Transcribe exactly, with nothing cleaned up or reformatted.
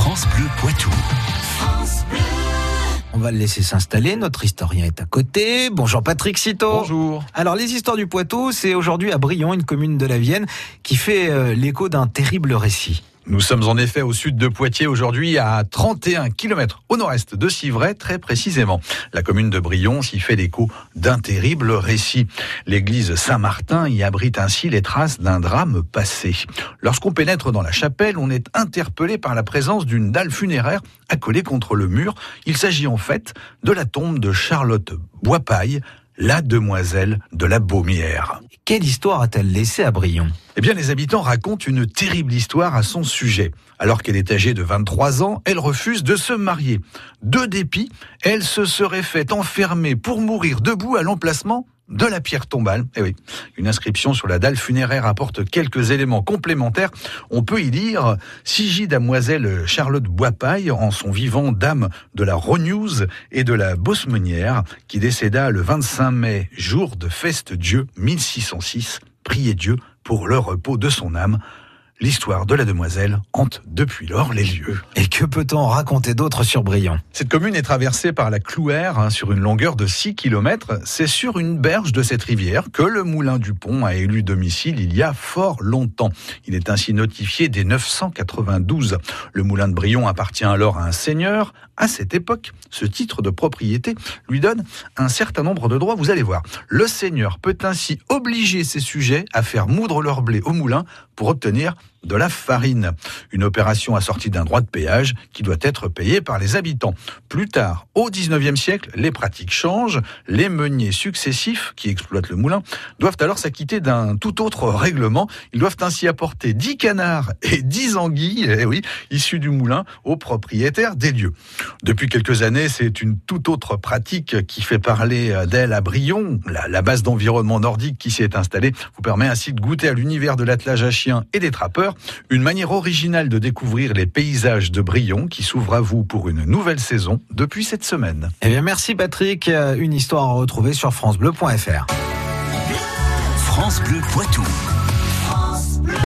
France Bleu Poitou. France Bleu. On va le laisser s'installer, notre historien est à côté. Bonjour Patrick Citeaux. Bonjour. Alors les histoires du Poitou, c'est aujourd'hui à Brion, une commune de la Vienne, qui fait euh, l'écho d'un terrible récit. Nous sommes en effet au sud de Poitiers aujourd'hui, à trente et un kilomètres au nord-est de Civray, très précisément. La commune de Brion s'y fait l'écho d'un terrible récit. L'église Saint-Martin y abrite ainsi les traces d'un drame passé. Lorsqu'on pénètre dans la chapelle, on est interpellé par la présence d'une dalle funéraire accolée contre le mur. Il s'agit en fait de la tombe de Charlotte Boispaille, la demoiselle de la Baumière. Quelle histoire a-t-elle laissé à Brion ? Eh bien, les habitants racontent une terrible histoire à son sujet. Alors qu'elle est âgée de vingt-trois ans, elle refuse de se marier. De dépit, elle se serait fait enfermer pour mourir debout à l'emplacement de la pierre tombale. Eh oui, une inscription sur la dalle funéraire apporte quelques éléments complémentaires. On peut y lire « Sigis damoiselle Charlotte Boispaille, en son vivant dame de la Rognouse et de la Bosmenière, qui décéda le vingt-cinq mai, jour de feste Dieu mille six cent six. Priez Dieu pour le repos de son âme. » L'histoire de la demoiselle hante depuis lors les lieux. Et que peut-on raconter d'autre sur Brion ? Cette commune est traversée par la Clouère hein, sur une longueur de six kilomètres. C'est sur une berge de cette rivière que le moulin du Pont a élu domicile il y a fort longtemps. Il est ainsi notifié dès neuf cent quatre-vingt-douze. Le moulin de Brion appartient alors à un seigneur. À cette époque, ce titre de propriété lui donne un certain nombre de droits. Vous allez voir, le seigneur peut ainsi obliger ses sujets à faire moudre leur blé au moulin pour obtenir de la farine. Une opération assortie d'un droit de péage qui doit être payé par les habitants. Plus tard, au dix-neuvième siècle, les pratiques changent. Les meuniers successifs qui exploitent le moulin doivent alors s'acquitter d'un tout autre règlement. Ils doivent ainsi apporter dix canards et dix anguilles, eh oui, issus du moulin, aux propriétaires des lieux. Depuis quelques années, c'est une toute autre pratique qui fait parler d'elle à Brion. La, la base d'environnement nordique qui s'y est installée vous permet ainsi de goûter à l'univers de l'attelage à chiens et des trappeurs. Une manière originale de découvrir les paysages de Brion qui s'ouvre à vous pour une nouvelle saison depuis cette semaine. Eh bien, merci Patrick. Une histoire à retrouver sur francebleu point fr. France Bleu Poitou.